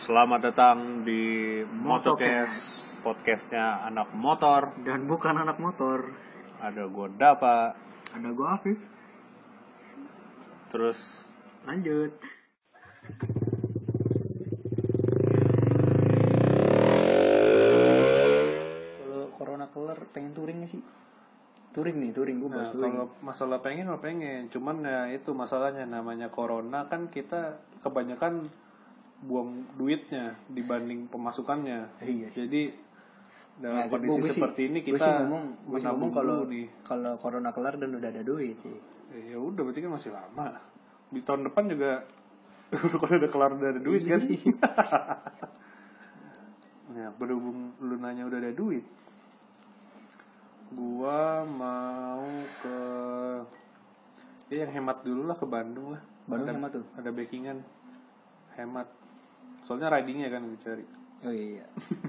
Selamat datang di Motocast, podcastnya anak motor. Dan bukan anak motor. Ada gue Dapa. Ada gue Afif. Terus lanjut. Kalau corona kelar pengen touring gak sih? Touring gue bahas touring. Kalau masalah pengen, cuman ya itu masalahnya, namanya corona kan kita kebanyakan buang duitnya dibanding pemasukannya. Iya. Jadi dalam kondisi seperti ini kita menabung kalau nih. Kalau corona kelar dan udah ada duit sih. Ya udah, berarti kan masih lama. Di tahun depan juga kalau udah kelar udah ada duit kan. Nah, berhubung lu nanya udah ada duit, gua mau ke yang hemat dulu lah, ke Bandung lah. Bandung hemat tuh. Ada backingan hemat. Soalnya ridingnya kan dicari. Oh iya.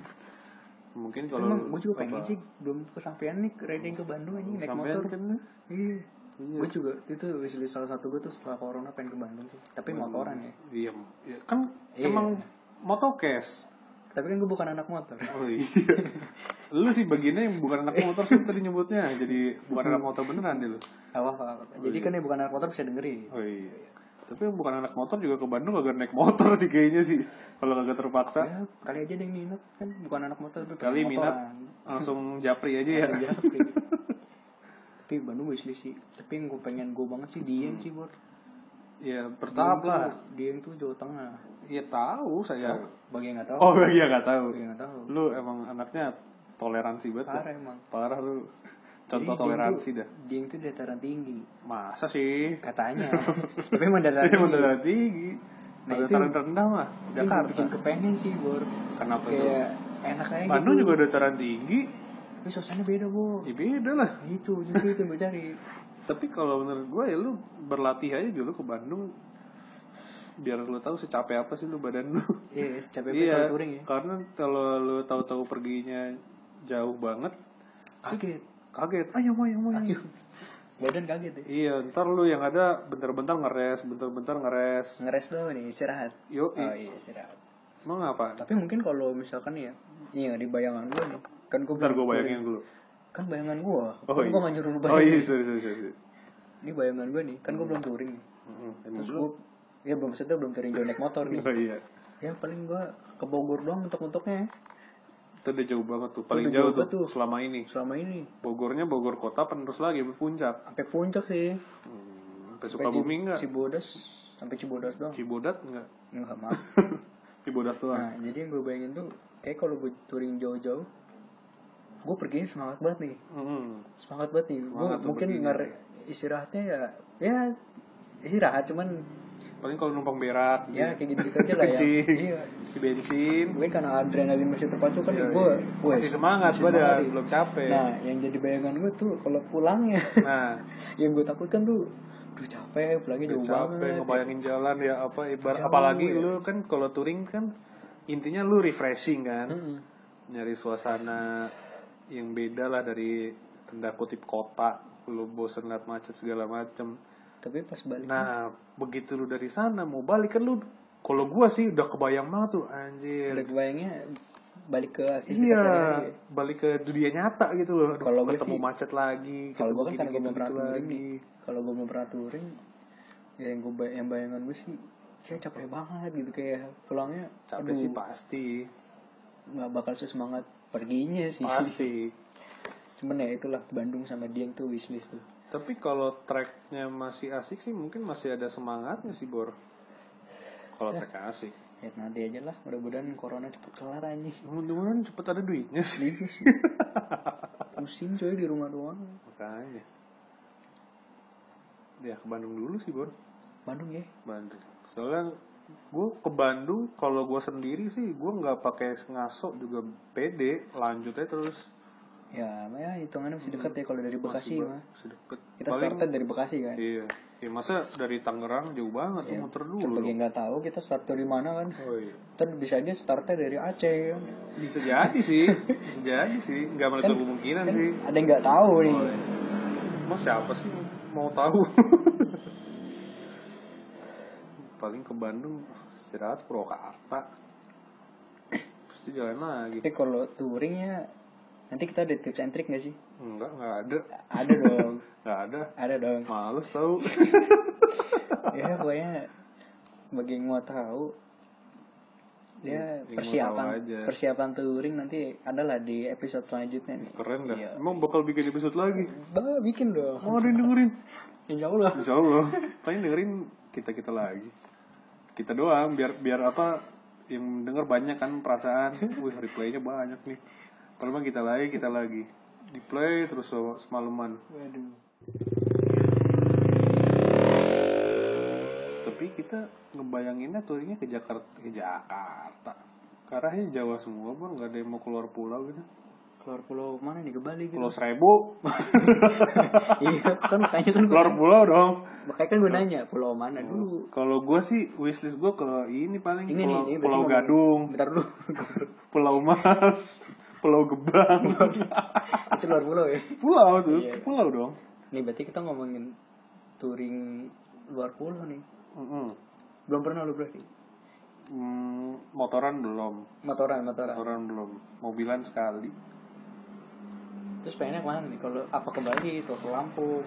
Mungkin kalau gue juga pengen sih, belum kesampaian nih riding ke Bandung aja naik motor. Kan? Iya. Gue juga itu wishlist salah satu gue tuh setelah corona pengen ke Bandung sih. Tapi motoran ya. Iya. Kan emang motocast. Tapi kan gue bukan anak motor. Oh iya. Lu sih bagiannya yang bukan anak motor sih tadi nyebutnya. Jadi bukan anak motor beneran deh lu. Apa. Jadi kan yang bukan anak motor bisa dengerin. Oh iya. Tapi yang bukan anak motor juga ke Bandung kagak naik motor sih kayaknya sih. Kalau kagak terpaksa. Ya, kali aja ada yang minat kan bukan anak motor tuh. Kali minat langsung japri aja ya. Langsung japri. Tapi Bandung wishlist sih. Tapi yang gue pengen banget sih Dieng sih, Bor. Ya bertahap lah. Dieng tuh Jawa Tengah. Iya tahu saya. Bagi yang nggak tahu. Oh bagi yang nggak tahu. Bagi yang nggak tahu. Lu emang anaknya toleransi banget. Parah emang. Parah lu. Contoh toleransi dah. Dieng tuh dataran tinggi. Masa sih? Katanya. Tapi emang dataran tinggi. Nah, dataran rendah mah Jakarta. Bikin kepengen sih, Bor. Kenapa kayak enak aja gitu. Bandung juga dataran tinggi. Tapi suasananya beda, Bor. Ya beda lah. Itu justru itu yang gue cari. Tapi kalau menurut gue ya lu berlatih aja dulu ke Bandung, biar lu tahu secapek apa sih lu badan lu. Iya, secapek apa touring ya. Karena kalau lu tahu-tahu perginya jauh banget, kaget. Ayo. Badan kaget ya. Iya, ntar lu yang ada bentar-bentar ngeres. Ngeres dulu nih, istirahat. Yo. Oh iya, istirahat. Mau ngapa? Tapi mungkin kalau misalkan ya, iya di bayangan gue nih. Kan gue bentar gue bayangin dulu. Kan bayangan gue. Oh, kan iya. gue gak nyuruh lu bayangin. Oh iya, sorry. Ini bayangan gue nih, kan gue belum touring nih. Terus gue, ya belum touring naik motor nih. Oh iya. Ya paling gue ke Bogor doang untuk-untuknya. Itu udah jauh banget tuh, paling jauh tuh selama ini. Bogornya Bogor kota penerus lagi puncak. Sampai puncak sih. Sampai Sukabumi enggak? Sampai Cibodas doang. Cibodat enggak? Enggak, maaf. Cibodas doang. Nah, jadi yang gue bayangin tuh kayak kalau gue touring jauh-jauh, gue pergi semangat banget nih. Semangat banget nih. Gue mungkin istirahatnya ya istirahat, cuman paling kalau numpang berak ya kayak gitu aja lah ya. Iya, si bensin. Mungkin karena adrenalin masih terpacu kan, gue masih semangat, belum capek. Nah, yang jadi bayangan gue tuh kalau pulangnya. Nah, yang gue takutkan tuh, capek, pulangnya jauh banget. Ngebayangin jalan ya apa, apalagi lu kan kalau touring kan intinya lu refreshing kan. Nyari suasana yang beda lah dari tanda kutip kota. Lu bosen liat macet segala macem. Tapi pas balik, nah begitu lu dari sana mau balik kan lu, kalau gua sih udah kebayang banget tuh, anjir. Udah kebayangnya balik ke aktivitas sehari-hari. Balik ke dunia nyata gitu loh. Kalau ketemu macet lagi. Kalau gua kan karena gua belum pernah touring nih. Kalau gua belum pernah touring, ya yang bayangan gua sih kayak capek banget gitu, kayak pulangnya capek sih pasti. Nggak bakal sesemangat perginya sih. Pasti. Cuman ya itulah, Bandung sama Dieng tuh wishlist tuh. Tapi kalau tracknya masih asik sih mungkin masih ada semangatnya sih, Bor. Kalau tracknya asik. Ya nanti aja lah, mudah-mudahan corona cepet kelar aja. Mudah-mudahan cepet ada duitnya sih. Pusing coy di rumah doang. Makanya. Ya ke Bandung dulu sih, Bor. Bandung ya? Bandung. Soalnya gue ke Bandung kalau gue sendiri sih gue nggak pakai ngaso juga pede, lanjut aja terus. Ya hitungannya masih dekat ya kalau dari Bekasi mah. Masih deket. Kita startnya dari Bekasi kan. Iya. Ya masa dari Tangerang jauh banget tuh, muter dulu. Bagi nggak tahu kita start dari mana kan. Oh iya. Ntar bisa aja startnya dari Aceh kan. Bisa jadi sih. Nggak menutup kemungkinan sih. Ada yang nggak tahu nih. Oh, iya. Mas siapa sih mau tahu? Paling ke Bandung istirahat, Purwakarta. itu jalan lagi. Tapi kalau touringnya nanti kita ada tips and trick nggak sih? Enggak ada. Ada dong. Nggak ada. Ada dong. Males tahu. Ya pokoknya bagi yang mau tahu ya persiapan touring nanti adalah di episode selanjutnya. Keren dah. Iya. Emang bakal bikin episode lagi? Bikin dong. Mau dengerin? Insya Allah. Paling dengerin kita lagi. Kita doang biar apa yang denger banyak kan perasaan. Wih, replaynya banyak nih. Kalau mah kita lagi. Di play terus semalaman. Waduh. Tapi kita ngebayanginnya touringnya ke Jakarta. Arahnya Jawa semua, Bang. Enggak ada yang mau keluar pulau gitu. Keluar pulau mana nih, ke Bali gitu? Pulau Seribu. Iya, kan makanya kan keluar pulau dong. Makanya kan gue nanya pulau mana dulu. Kalau gue sih wishlist gue ke ini paling ini Pulau Gadung. Bentar dulu. Pulau Mas, Pulau Gebang. Itu luar pulau ya? Pulau tuh, Iya. pulau dong. Nih berarti kita ngomongin touring luar pulau nih. Belum pernah lu berarti? Motoran belum. Motoran Belum. Mobilan sekali. Terus pengennya kemana nih? Kalau apa ke Bali atau ke Lampung?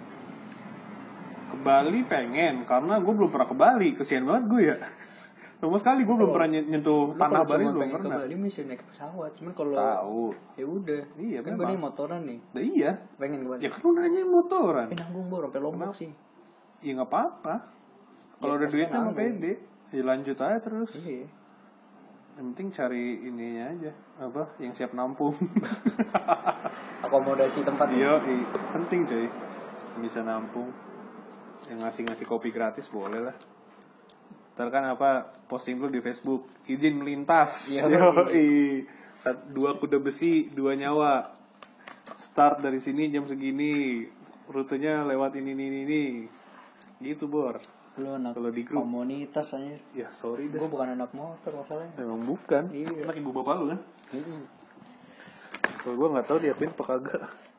Ke Bali pengen, karena gue belum pernah ke Bali. Kesian banget gue ya. Sama sekali gue belum pernah nyentuh tanah Bali, belum pernah. Ke Bali mesti naik pesawat. Cuman kalau tahu. Ya udah. Iya, kan gue nih motoran nih. Nah, iya. Pengen ke Bali. Ya kan lu nanya motoran. Nanggung bro, sampai Lombok sih. Ya nggak apa-apa. Kalau ada duitnya mah pede. Ya lanjut aja terus. Iya. Yang penting cari ininya aja, apa yang siap nampung. Akomodasi tempat. Iya, penting coy. Bisa nampung. Yang ngasih kopi gratis boleh lah. Ntar kan apa posting lu di Facebook, izin melintas. Yoi. 2 kuda besi 2 nyawa. Start dari sini jam segini. Rutenya lewat ini. Gitu, Bor. Lu anak kalau di grup komunitas aja. Ya sorry dah. Gue bukan anak motor masalahnya. Emang bukan. Iya. Anak ibu bapak lu kan. Kalau gue nggak tahu diapain apa kagak.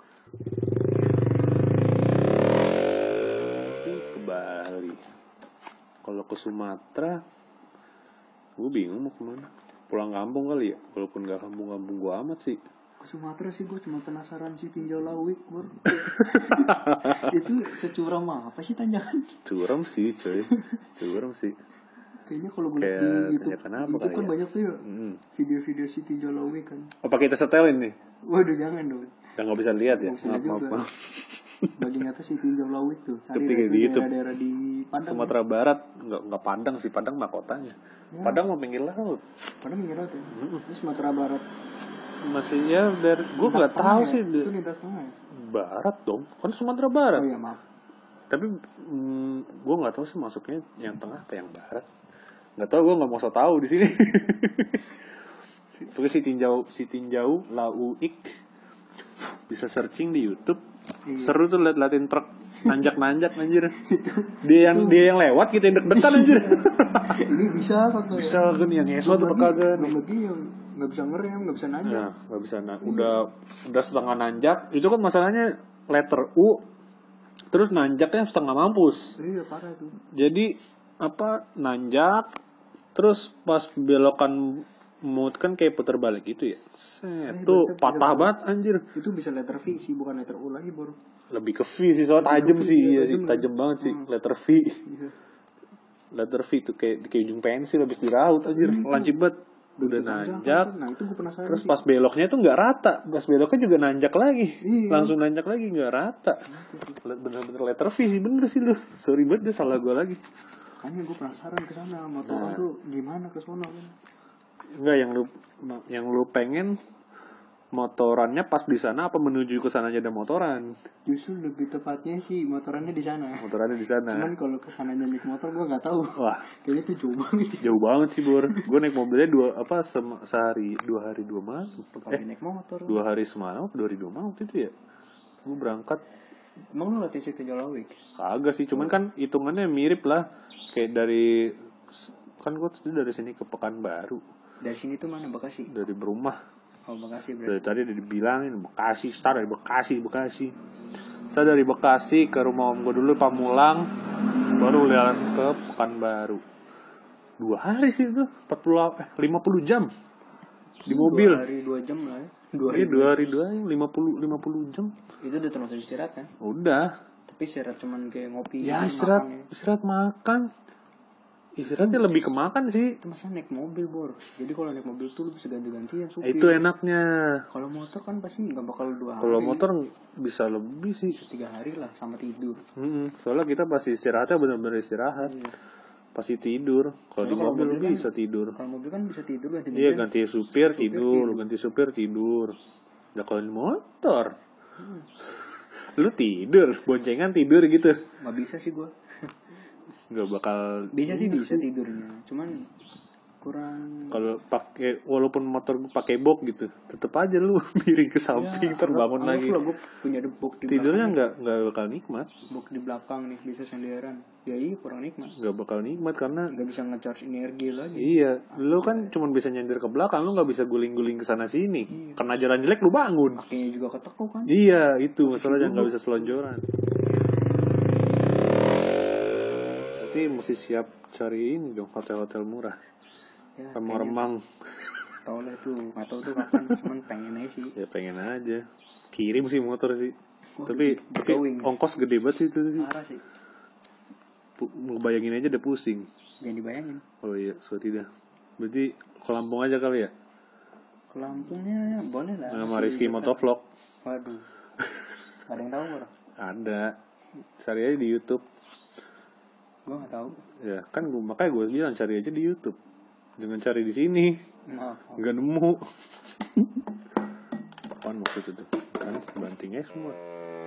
Tapi ke Bali. Kalau ke Sumatera, gue bingung mau kemana. Pulang kampung kali ya. Walaupun nggak kampung-kampung gue amat sih. Ke Sumatera sih gue cuma penasaran sih tinjau lawik bro. Itu securam apa sih tanjakan? Curam sih coy. Kayaknya kalau gue lihat di YouTube kan ya? Banyak tuh ya video-video si tinjau lawik kan. Apa kita setelin nih? Waduh jangan dong. Udah nggak bisa lihat ya. Maaf. Bagian atas si tinjau lawik tuh. Cari di YouTube. Daerah di Padang. Sumatera Barat nggak Padang sih, Padang mahkotanya. Ya. Padang mau pinggir laut. Padang pinggir laut ya. Terus Sumatera Barat masih ya dari gue nggak tahu sih itu lintas tengah ya? Barat dong kan Sumatera Barat. Oh iya maaf. Tapi gue nggak tahu sih masuknya yang tengah apa yang barat, nggak tahu, gue nggak mau so tahu di sini. Pokoknya si tinjau lauik bisa searching di YouTube. Iya. Seru tuh liatin truk nanjak anjir. dia yang lewat kita yang deg-degan anjir. Ini bisa kagak? Bisa kan yang ngesot apa kagak? Lagi yang nggak bisa ngerem, nggak bisa nanjak. Nah, nggak bisa udah setengah nanjak. Itu kan masalahnya letter U, terus nanjaknya setengah mampus. Iya parah tuh. Jadi apa nanjak, terus pas belokan mood kan kayak putar balik gitu ya. Tuh patah banget anjir. Itu bisa letter V sih, bukan letter U lagi baru. Lebih ke V sih, soalnya tajam sih, ya, tajam banget sih letter V. Iya. Letter V tuh kayak ujung pensil habis diraut anjir, lancip banget. Udah nanjak. Nah, itu gue penasaran. Terus pas beloknya tuh nggak rata, pas beloknya juga nanjak lagi. Iya. Langsung nanjak lagi nggak rata. Bener-bener letter V sih, bener sih lu. Sorry banget deh, salah gue lagi. Makanya gue penasaran ke sana, motor tuh gimana ke sono kan. Enggak, yang lu pengen motorannya pas di sana apa menuju ke sananya ada motoran? Justru lebih tepatnya sih motorannya di sana. Motorannya di sana. Cuman kalau ke sananya naik motor gue nggak tahu. Wah, kayaknya itu jauh banget. Jauh banget sih, Bor. Gue naik mobilnya 2 hari 2 malam. Naik motor. 2 hari semalam, 2 hari 2 malam waktu itu ya. Gue berangkat. Emang lu latih situ Jalawik? Kagak sih, cuman kan hitungannya mirip lah. Kayak kan gue tuh dari sini ke Pekanbaru. Dari sini tuh mana, Bekasi? Dari berumah. Oh, Bekasi berarti. Dari tadi udah dibilangin Bekasi, start dari Bekasi. Saya dari Bekasi ke rumah om gue dulu Pamulang, baru jalan ke Pekanbaru. 2 hari sih itu, 50 jam. di mobil. 2 hari 2 jam lah ya. 2 hari 50 jam. Itu udah termasuk istirahat kan? Udah. Tapi istirahat cuman kayak ngopi. Ya istirahat makan. Istirahatnya lebih ke makan sih. Itu masa naik mobil Bor. Jadi kalau naik mobil tuh lu bisa ganti-gantian supir. Itu enaknya. Kalau motor kan pasti nggak bakal 2 hari. Kalau motor bisa lebih sih. Bisa 3 hari lah sama tidur. Soalnya kita pasti istirahatnya benar-benar istirahat. Iya. Pasti tidur. Kalau di mobil lu bisa tidur. Kalau mobil kan bisa tidur ganti. Iya ganti supir tidur. Ganti supir tidur. Nah kalau di motor, lu tidur, boncengan tidur gitu. Nggak bisa sih gua. Nggak bakal. Bisa tidurnya. Cuman kurang. Kalau pakai walaupun motor pakai box gitu, tetep aja lu miring ke samping terbangun lagi. Gue punya box di tidurnya nggak bakal nikmat. Box di belakang nih bisa senderan. Ya iya kurang nikmat. Nggak bakal nikmat karena nggak bisa ngecharge energi lagi. Iya, lu kan cuma bisa nyender ke belakang, lu nggak bisa guling-guling ke sana sini. Iya. Kena jalan jelek lu bangun. Kakinya juga ketekuk kan. Iya, itu masalahnya nggak bisa selonjoran. Berarti mesti siap cari ini dong hotel-hotel murah. Ya, remang-remang. Tau lah tuh, nggak tahu tuh kapan, cuman pengen aja sih. Ya pengen aja. Kirim sih motor sih. Tapi ongkos gede banget sih itu sih. Parah sih. Bayangin aja udah pusing. Jangan dibayangin. Oh iya, sorry dah. Berarti ke Lampung aja kali ya? Ke Lampungnya boleh lah. Sama Rizky Motovlog. Waduh. Ada yang tahu nggak? Ada. Cari aja di YouTube. Gue nggak tahu. Ya kan makanya gue bilang cari aja di YouTube. Jangan cari di sini. Nggak nemu. Apaan waktu itu tuh? Kan bantingnya semua.